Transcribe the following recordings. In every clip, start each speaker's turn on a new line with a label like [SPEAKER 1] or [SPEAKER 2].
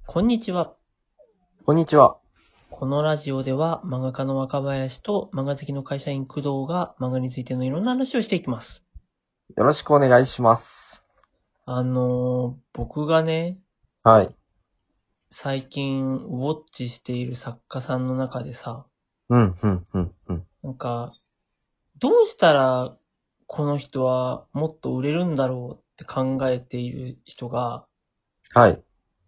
[SPEAKER 1] こんにちは。
[SPEAKER 2] こんにちは。
[SPEAKER 1] このラジオでは漫画家の若林と漫画好きの会社員工藤が漫画についてのいろんな話をしていきます。
[SPEAKER 2] よろしくお願いします。
[SPEAKER 1] 僕がね、
[SPEAKER 2] はい。
[SPEAKER 1] 最近ウォッチしている作家さんの中でさ、
[SPEAKER 2] うん。
[SPEAKER 1] なんか、どうしたらこの人はもっと売れるんだろうって考えている人が、
[SPEAKER 2] はい。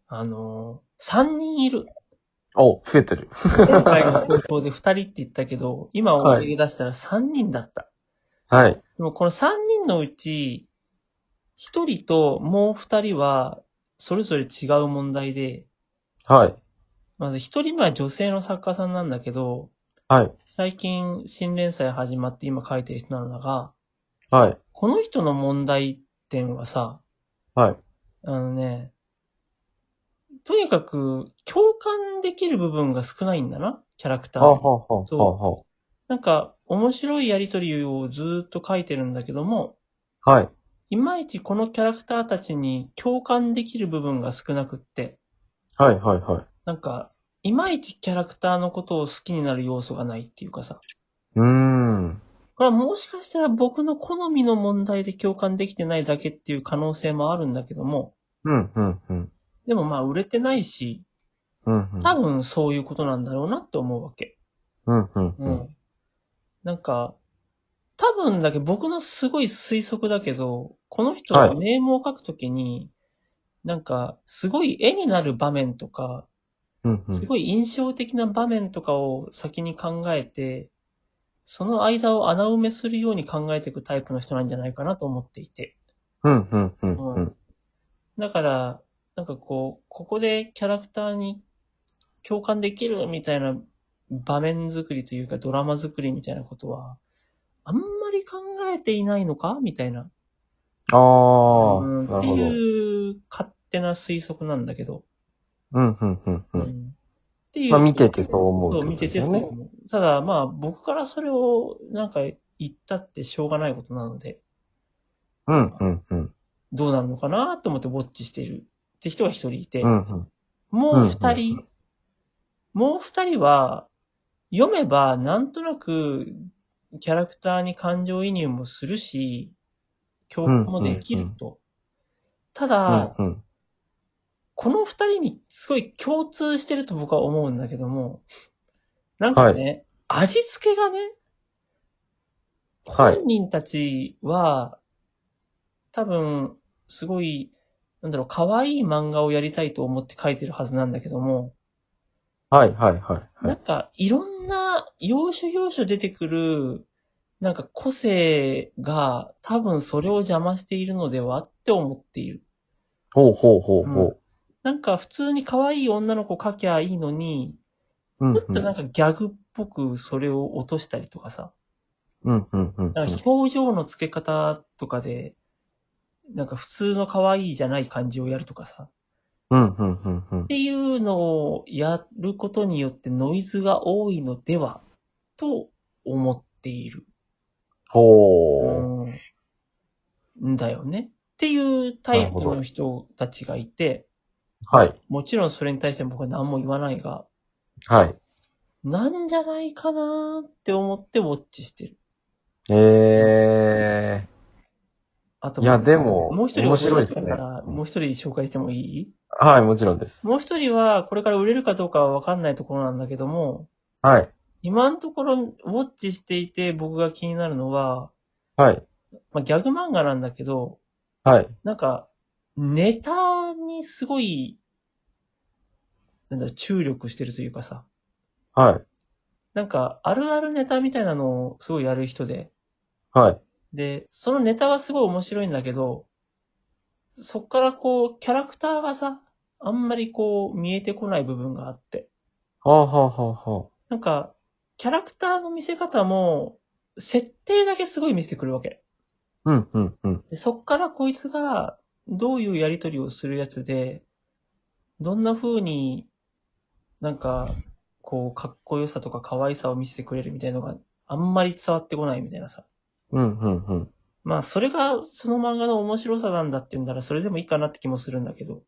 [SPEAKER 1] 3人いる。
[SPEAKER 2] お、増えてる。
[SPEAKER 1] 前回の放送で2人って言ったけど、今思
[SPEAKER 2] はい。
[SPEAKER 1] い出したら3人だった。
[SPEAKER 2] はい。
[SPEAKER 1] でもこの3人のうち、1人ともう2人は、それぞれ違う問題で、
[SPEAKER 2] はい。
[SPEAKER 1] まず1人目は女性の作家さんなんだけど、
[SPEAKER 2] はい。
[SPEAKER 1] 最近新連載始まって今書いてる人なのだが、
[SPEAKER 2] はい。
[SPEAKER 1] この人の問題点はさ、
[SPEAKER 2] はい。
[SPEAKER 1] あのね、とにかく共感できる部分が少ないんだな、キャラクタ
[SPEAKER 2] はあ、
[SPEAKER 1] ーに。
[SPEAKER 2] はあ、はあ、
[SPEAKER 1] そう。
[SPEAKER 2] は
[SPEAKER 1] なんか、面白いやりとりをずーっと書いてるんだけども、
[SPEAKER 2] あ。はい。
[SPEAKER 1] いまいちこのキャラクターたちに共感できる部分が少なくって、
[SPEAKER 2] はい、はい、はい。
[SPEAKER 1] なんか、いまいちキャラクターのことを好きになる要素がないっていうかさ、
[SPEAKER 2] うーん。
[SPEAKER 1] これはもしかしたら僕の好みの問題で共感できてないだけっていう可能性もあるんだけども、
[SPEAKER 2] うん、うん、うん。
[SPEAKER 1] でもまあ売れてないし、
[SPEAKER 2] うん、うん。
[SPEAKER 1] 多分そういうことなんだろうなって思うわけ。
[SPEAKER 2] うん、うん、うん。
[SPEAKER 1] うん。なんか、多分だけど僕のすごい推測だけど、この人
[SPEAKER 2] はい。
[SPEAKER 1] はネームを書くときに、なんか、すごい絵になる場面とか、
[SPEAKER 2] うん、うん。
[SPEAKER 1] すごい印象的な場面とかを先に考えて、その間を穴埋めするように考えていくタイプの人なんじゃないかなと思っていて。
[SPEAKER 2] うん、うん、うん、
[SPEAKER 1] うん。
[SPEAKER 2] うん。
[SPEAKER 1] だから、なんかこう、ここでキャラクターに共感できるみたいな場面作りというかドラマ作りみたいなことは、あんまり考えていないのかみたいな。
[SPEAKER 2] ああ、な
[SPEAKER 1] って
[SPEAKER 2] るほど。
[SPEAKER 1] いう勝手な推測なんだけど。
[SPEAKER 2] うん、うん、うん、うん。
[SPEAKER 1] うん。ってい
[SPEAKER 2] まあ、
[SPEAKER 1] う、
[SPEAKER 2] 見ててそう思うってこ
[SPEAKER 1] そう見て
[SPEAKER 2] とですよね。
[SPEAKER 1] てそう思う。ただまあ僕からそれをなんか言ったってしょうがないことなので、
[SPEAKER 2] うん、うん、うん。
[SPEAKER 1] どうなるのかなと思ってウォッチしているって人が一人いて、
[SPEAKER 2] うん、うん。
[SPEAKER 1] もう
[SPEAKER 2] うん、うん。
[SPEAKER 1] 二人、もう二人は読めばなんとなくキャラクターに感情移入もするし、共
[SPEAKER 2] うん、うん、
[SPEAKER 1] 感もでき
[SPEAKER 2] うん。
[SPEAKER 1] ると。た
[SPEAKER 2] うん、
[SPEAKER 1] だ、
[SPEAKER 2] うん。
[SPEAKER 1] この二人にすごい共通してると僕は思うんだけども、なんか
[SPEAKER 2] はい。
[SPEAKER 1] ね、味付けがね、
[SPEAKER 2] はい。
[SPEAKER 1] 本人たちは多分、すごい、なんだろう、可愛い漫画をやりたいと思って書いてるはずなんだけども、
[SPEAKER 2] はい、はい、はい、はい。
[SPEAKER 1] なんか、いろんな、要所要所出てくる、なんか個性が多分それを邪魔しているのではって思っている。
[SPEAKER 2] ほうほうほう
[SPEAKER 1] うん。
[SPEAKER 2] ほ
[SPEAKER 1] なんか普通に可愛い女の子描きゃいいのに、
[SPEAKER 2] う。うん、
[SPEAKER 1] ちょっ
[SPEAKER 2] うん。
[SPEAKER 1] となんかギャグっぽくそれを落としたりとかさ、
[SPEAKER 2] うん、うん、うん、
[SPEAKER 1] なんか
[SPEAKER 2] うん。
[SPEAKER 1] 表情の付け方とかで、なんか普通の可愛いじゃない感じをやるとかさ、
[SPEAKER 2] うん、うん、うん、うん。
[SPEAKER 1] っていうのをやることによってノイズが多いのではと思っている。
[SPEAKER 2] ほ
[SPEAKER 1] んだよね。っていうタ
[SPEAKER 2] う。なる
[SPEAKER 1] イプの
[SPEAKER 2] ほど。
[SPEAKER 1] 人たちがいて、まあ、
[SPEAKER 2] はい。
[SPEAKER 1] もちろんそれに対して僕は何も言わないが、
[SPEAKER 2] はい。
[SPEAKER 1] なんじゃないかなーって思ってウォッチしてる。
[SPEAKER 2] え
[SPEAKER 1] あと、
[SPEAKER 2] いや、で
[SPEAKER 1] もう
[SPEAKER 2] も、面
[SPEAKER 1] 一人思い出
[SPEAKER 2] 白いですね。
[SPEAKER 1] したから、
[SPEAKER 2] うん、
[SPEAKER 1] もう一人紹介してもいい？
[SPEAKER 2] はい、もちろんです。
[SPEAKER 1] もう一人は、これから売れるかどうかはわかんないところなんだけども、
[SPEAKER 2] はい。
[SPEAKER 1] 今のところウォッチしていて僕が気になるのは、
[SPEAKER 2] はい。
[SPEAKER 1] まあ、ギャグ漫画なんだけど、
[SPEAKER 2] はい。
[SPEAKER 1] なんか、ネタにすごい、なんだろう、注力してるというかさ、
[SPEAKER 2] はい。
[SPEAKER 1] なんか、あるあるネタみたいなのをすごいやる人で、
[SPEAKER 2] はい。
[SPEAKER 1] で、そのネタはすごい面白いんだけど、そっからこう、キャラクターがさ、あんまりこう、見えてこない部分があって、
[SPEAKER 2] はあ、はあ、はあ、は
[SPEAKER 1] なんか、キャラクターの見せ方も、設定だけすごい見せてくるわけ。
[SPEAKER 2] あ。うん、うん、うん。
[SPEAKER 1] で、そっからこいつが、どういうやりとりをするやつで、どんな風になんか、こう、かっこよさとか可愛さを見せてくれるみたいなのがあんまり伝わってこないみたいなさ。
[SPEAKER 2] うん、うん、うん。
[SPEAKER 1] まあ、それがその漫画の面白さなんだって言うんならそれでもいいかなって気もするんだけど。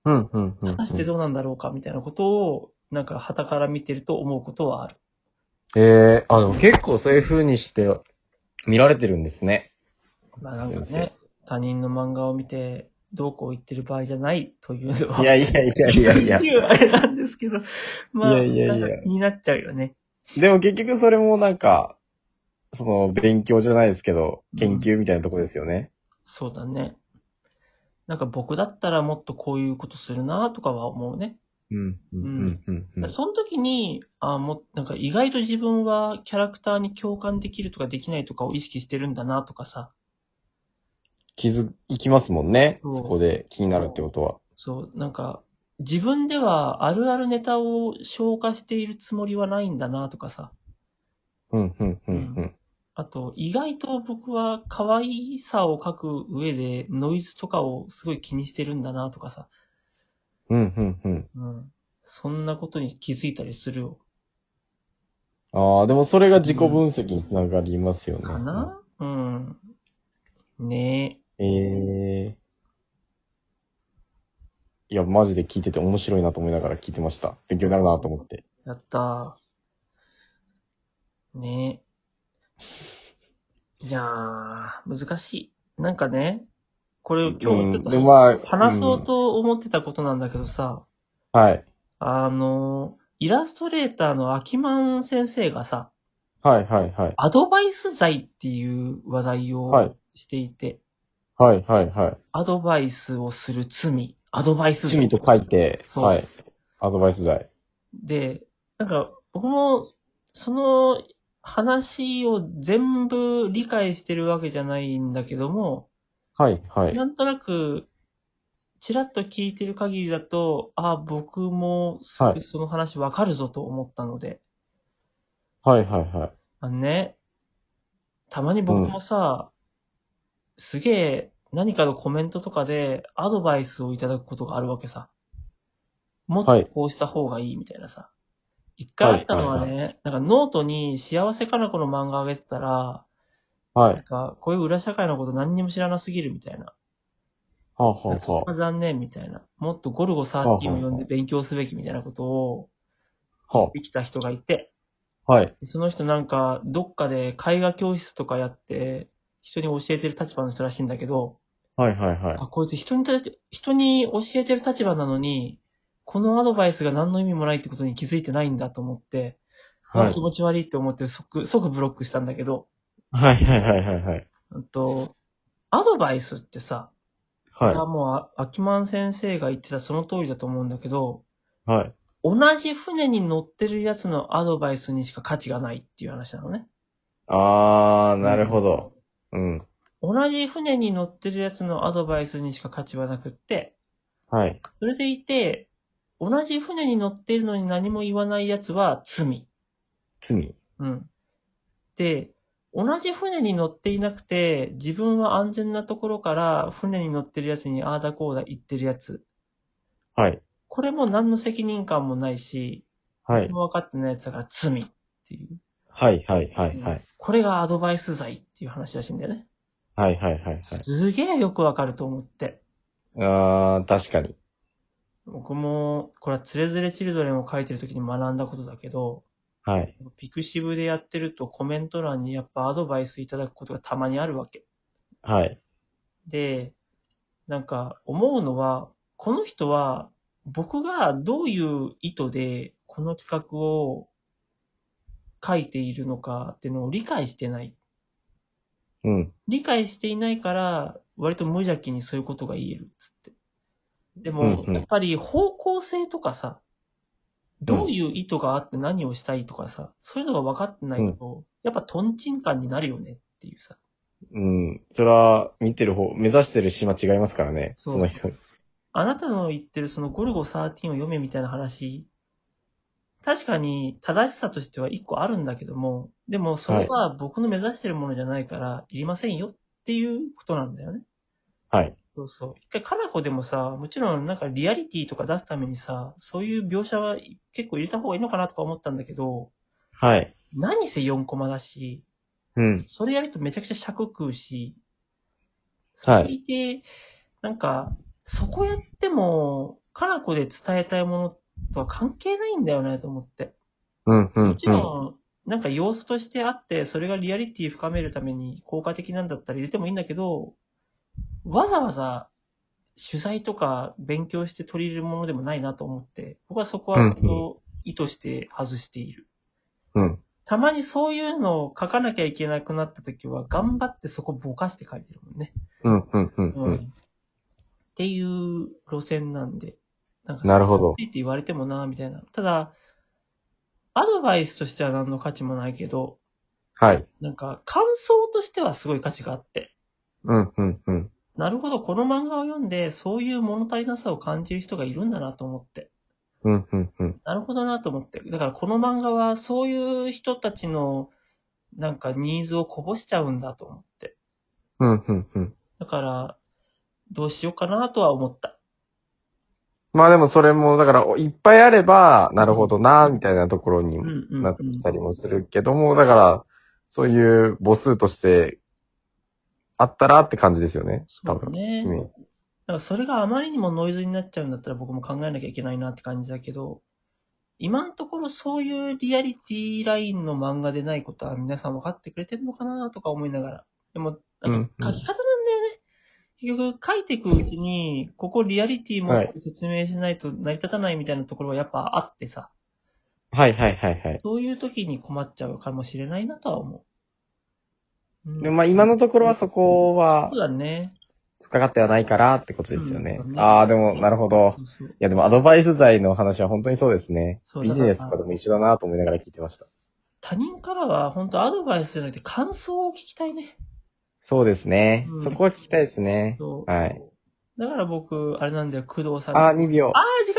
[SPEAKER 2] うん、うん、うん。
[SPEAKER 1] 果たしてどうなんだろうかみたいなことを、なんか傍から見てると思うことはある。
[SPEAKER 2] でも結構そういう風にして見られてるんですね。
[SPEAKER 1] まあなんか
[SPEAKER 2] 先生。
[SPEAKER 1] ね、他人の漫画を見て、どうこう言ってる場合じゃないというのは、
[SPEAKER 2] いやいやいやいやいや。
[SPEAKER 1] 言うあれなんですけど、
[SPEAKER 2] いや
[SPEAKER 1] まあ、なんか
[SPEAKER 2] いやいや。
[SPEAKER 1] 気になっちゃうよね。
[SPEAKER 2] でも結局それもなんか、その勉強じゃないですけど、研
[SPEAKER 1] うん、
[SPEAKER 2] 究みたいなとこですよね。
[SPEAKER 1] そうだね。なんか僕だったらもっとこういうことするなとかは思うね。
[SPEAKER 2] うん、うん、
[SPEAKER 1] うん。
[SPEAKER 2] うん、うん、うん。
[SPEAKER 1] その時に、なんか意外と自分はキャラクターに共感できるとかできないとかを意識してるんだなとかさ。
[SPEAKER 2] いきますもんね。
[SPEAKER 1] そう。
[SPEAKER 2] そこで気になるってことは。
[SPEAKER 1] そう、なんか、自分ではあるあるネタを消化しているつもりはないんだなとかさ。
[SPEAKER 2] うん、うん、うん、う
[SPEAKER 1] うん。
[SPEAKER 2] ん。
[SPEAKER 1] あと、意外と僕は可愛さを描く上でノイズとかをすごい気にしてるんだなとかさ。
[SPEAKER 2] うん、うん、うん。
[SPEAKER 1] うん。そんなことに気づいたりするよ。
[SPEAKER 2] ああ、でもそれが自己分
[SPEAKER 1] うん。
[SPEAKER 2] 析につながりますよ
[SPEAKER 1] か
[SPEAKER 2] ね。
[SPEAKER 1] なうん。ね
[SPEAKER 2] ええいや、マジで聞いてて面白いなと思いながら聞いてました。勉強になるなと思って。
[SPEAKER 1] え。やったー。ねえ。いやー、難しい。なんかね、これ今日ち
[SPEAKER 2] うん、
[SPEAKER 1] ょっと
[SPEAKER 2] で、まあ、う
[SPEAKER 1] 話そう
[SPEAKER 2] ん。
[SPEAKER 1] と思ってたことなんだけどさ、
[SPEAKER 2] はい。
[SPEAKER 1] イラストレーターのアキマン先生がさ、
[SPEAKER 2] はい、はい、はい。
[SPEAKER 1] アドバイス罪っていう話題を
[SPEAKER 2] はい。
[SPEAKER 1] していて、
[SPEAKER 2] はい、はい、はい。
[SPEAKER 1] アドバイスをする罪、アドバイス罪。
[SPEAKER 2] 趣味と書いて、は
[SPEAKER 1] そ
[SPEAKER 2] い。アドバイス代。
[SPEAKER 1] う。で、なんか僕もその話を全部理解してるわけじゃないんだけども、
[SPEAKER 2] はい、はい。
[SPEAKER 1] なんとなくちらっと聞いてる限りだと、僕もす
[SPEAKER 2] はい。
[SPEAKER 1] ごいその話わかるぞと思ったので、
[SPEAKER 2] はい、はい、はい。
[SPEAKER 1] あのね、たまに僕も
[SPEAKER 2] うん。
[SPEAKER 1] さ、すげえ何かのコメントとかでアドバイスをいただくことがあるわけさ。もっ
[SPEAKER 2] はい。
[SPEAKER 1] とこうした方がいいみたいなさ。一回
[SPEAKER 2] はい、
[SPEAKER 1] あった
[SPEAKER 2] はい、はい。
[SPEAKER 1] のはね、なんかノートに幸せかな子の漫画あげてたら、
[SPEAKER 2] はい。
[SPEAKER 1] なんかこういう裏社会のこと何にも知らなすぎるみたいな。
[SPEAKER 2] はあ、はあ、
[SPEAKER 1] そこが
[SPEAKER 2] は
[SPEAKER 1] 残念みたいな。もっとゴルゴ
[SPEAKER 2] あ。はあ、
[SPEAKER 1] 13を読んで
[SPEAKER 2] は
[SPEAKER 1] 勉強すべきみたいなことを
[SPEAKER 2] あ、は
[SPEAKER 1] 言ってきた人がいて、
[SPEAKER 2] あ。はい。
[SPEAKER 1] その人なんかどっかで絵画教室とかやって人に教えてる立場の人らしいんだけど、
[SPEAKER 2] はい、はい、はい。
[SPEAKER 1] こいつ人に教えてる立場なのに、このアドバイスが何の意味もないってことに気づいてないんだと思って、
[SPEAKER 2] はい。
[SPEAKER 1] 気持ち悪いって思って即ブロックしたんだけど、
[SPEAKER 2] はい、はい、はい、はい。はい。
[SPEAKER 1] うんと、アドバイスってさ、こ
[SPEAKER 2] はい。
[SPEAKER 1] れはもう、アキマン先生が言ってたその通りだと思うんだけど、
[SPEAKER 2] はい。
[SPEAKER 1] 同じ船に乗ってるやつのアドバイスにしか価値がないっていう話なのね。
[SPEAKER 2] あー、なる
[SPEAKER 1] うん。
[SPEAKER 2] ほど。うん。
[SPEAKER 1] 同じ船に乗ってるやつのアドバイスにしか価値はなくって、
[SPEAKER 2] はい。
[SPEAKER 1] それでいて、同じ船に乗っているのに何も言わないやつは罪。
[SPEAKER 2] 罪。
[SPEAKER 1] うん。で、同じ船に乗っていなくて、自分は安全なところから船に乗ってるやつにああだこうだ言ってるやつ。
[SPEAKER 2] はい。
[SPEAKER 1] これも何の責任感もないし、
[SPEAKER 2] はい。
[SPEAKER 1] 何も分かってないやつだから罪っていう。
[SPEAKER 2] はい、はい、はい、
[SPEAKER 1] うん。
[SPEAKER 2] はい。
[SPEAKER 1] これがアドバイス罪っていう話らしいんだよね。
[SPEAKER 2] はい、はい、はい、はい。
[SPEAKER 1] すげえよくわかると思って。
[SPEAKER 2] 確かに。
[SPEAKER 1] 僕も、これはつれづれチルドレンを書いてる時に学んだことだけど、
[SPEAKER 2] はい。
[SPEAKER 1] ピクシブでやってるとコメント欄にやっぱアドバイスいただくことがたまにあるわけ。
[SPEAKER 2] はい。
[SPEAKER 1] で、なんか思うのは、この人は僕がどういう意図でこの企画を書いているのかっていうのを理解してない。
[SPEAKER 2] うん。
[SPEAKER 1] 理解していないから、割と無邪気にそういうことが言えるっつって。で
[SPEAKER 2] うん、
[SPEAKER 1] も、
[SPEAKER 2] うん。
[SPEAKER 1] やっぱり方向性とかさ、
[SPEAKER 2] うん。
[SPEAKER 1] どういう意図があって何をしたいとかさ、そういうのが分かってな
[SPEAKER 2] うん。
[SPEAKER 1] いと、やっぱトンチンカンになるよねっていうさ。
[SPEAKER 2] うん。それは、見てる方、目指してる島違いますからね。そ
[SPEAKER 1] そう。
[SPEAKER 2] の人。
[SPEAKER 1] あなたの言ってるそのゴルゴ13を読めみたいな話、確かに正しさとしては一個あるんだけども、でもそれ
[SPEAKER 2] はい。
[SPEAKER 1] は僕の目指してるものじゃないからいりませんよっていうことなんだよね。
[SPEAKER 2] はい。
[SPEAKER 1] そうそう。一回カナコでもさ、もちろんなんかリアリティとか出すためにさ、そういう描写は結構入れた方がいいのかなとか思ったんだけど、
[SPEAKER 2] はい。
[SPEAKER 1] 何せ4コマだし、
[SPEAKER 2] うん。
[SPEAKER 1] それやるとめちゃくちゃ尺食うし、それで
[SPEAKER 2] はい。
[SPEAKER 1] いて、なんか、そこやっても、 かなこで伝えたいものとは関係ないんだよね、と思って。
[SPEAKER 2] うん、うん、
[SPEAKER 1] もちろん、なんか要素としてあって、それがリアリティ深めるために効果的なんだったら入れてもいいんだけど、わざわざ取材とか勉強して取り入れるものでもないなと思って、僕はそこは意図して外している。
[SPEAKER 2] うん。
[SPEAKER 1] たまにそういうのを書かなきゃいけなくなった時は、頑張ってそこぼかして書いてるもんね。
[SPEAKER 2] うん、うん、うん、
[SPEAKER 1] う。
[SPEAKER 2] うんん。
[SPEAKER 1] っていう路線なんで、なんか
[SPEAKER 2] なるほど
[SPEAKER 1] そうって言われてもな、みたいな。ただ、アドバイスとしては何の価値もないけど、
[SPEAKER 2] はい。
[SPEAKER 1] なんか感想としてはすごい価値があって、
[SPEAKER 2] うん、うん、うん。
[SPEAKER 1] なるほど、この漫画を読んで、そういう物足りなさを感じる人がいるんだなと思って。
[SPEAKER 2] うん、うん、うん。
[SPEAKER 1] なるほどなと思って。だからこの漫画はそういう人たちのなんかニーズをこぼしちゃうんだと思って。
[SPEAKER 2] うん、うん、うん。
[SPEAKER 1] だから、どうしようかなとは思った。
[SPEAKER 2] まあでもそれも、だから、いっぱいあれば、なるほどな、みたいなところに
[SPEAKER 1] うんうん
[SPEAKER 2] なって
[SPEAKER 1] うん。
[SPEAKER 2] きたりもするけども、だから、そういう母数としてあったらって感じですよね。
[SPEAKER 1] そうだ
[SPEAKER 2] 多分。
[SPEAKER 1] ね。だからそれがあまりにもノイズになっちゃうんだったら僕も考えなきゃいけないなって感じだけど、今のところそういうリアリティラインの漫画でないことは皆さん分かってくれてるのかなとか思いながら。でも、なんか
[SPEAKER 2] うん、うん。
[SPEAKER 1] 書き方なんだよね。結局書いていくうちに、ここリアリティ持って説明しないと成り立たないみたいなところはやっぱあってさ、
[SPEAKER 2] はい、はい、はい、はい。
[SPEAKER 1] そういう時に困っちゃうかもしれないなとは思う。うん、
[SPEAKER 2] でもまあ今のところはそこは、
[SPEAKER 1] そうだね。
[SPEAKER 2] 突っかかってはないからってことですよ
[SPEAKER 1] うん、
[SPEAKER 2] ね。
[SPEAKER 1] そうね。
[SPEAKER 2] ああ、でも、なるほど。
[SPEAKER 1] そうそう。
[SPEAKER 2] いや、でもアドバイス材の話は本当にそうですね。
[SPEAKER 1] そう
[SPEAKER 2] ビジネスとかでも一緒だなと思いながら聞いてました。
[SPEAKER 1] 他人からは本当アドバイスじゃなくて感想を聞きたいね。
[SPEAKER 2] そうですね。
[SPEAKER 1] うん
[SPEAKER 2] そこは聞きたいですね。
[SPEAKER 1] そう
[SPEAKER 2] はい。
[SPEAKER 1] だから僕、あれなんだよ、工藤さん。
[SPEAKER 2] ああ、2秒。
[SPEAKER 1] あー、時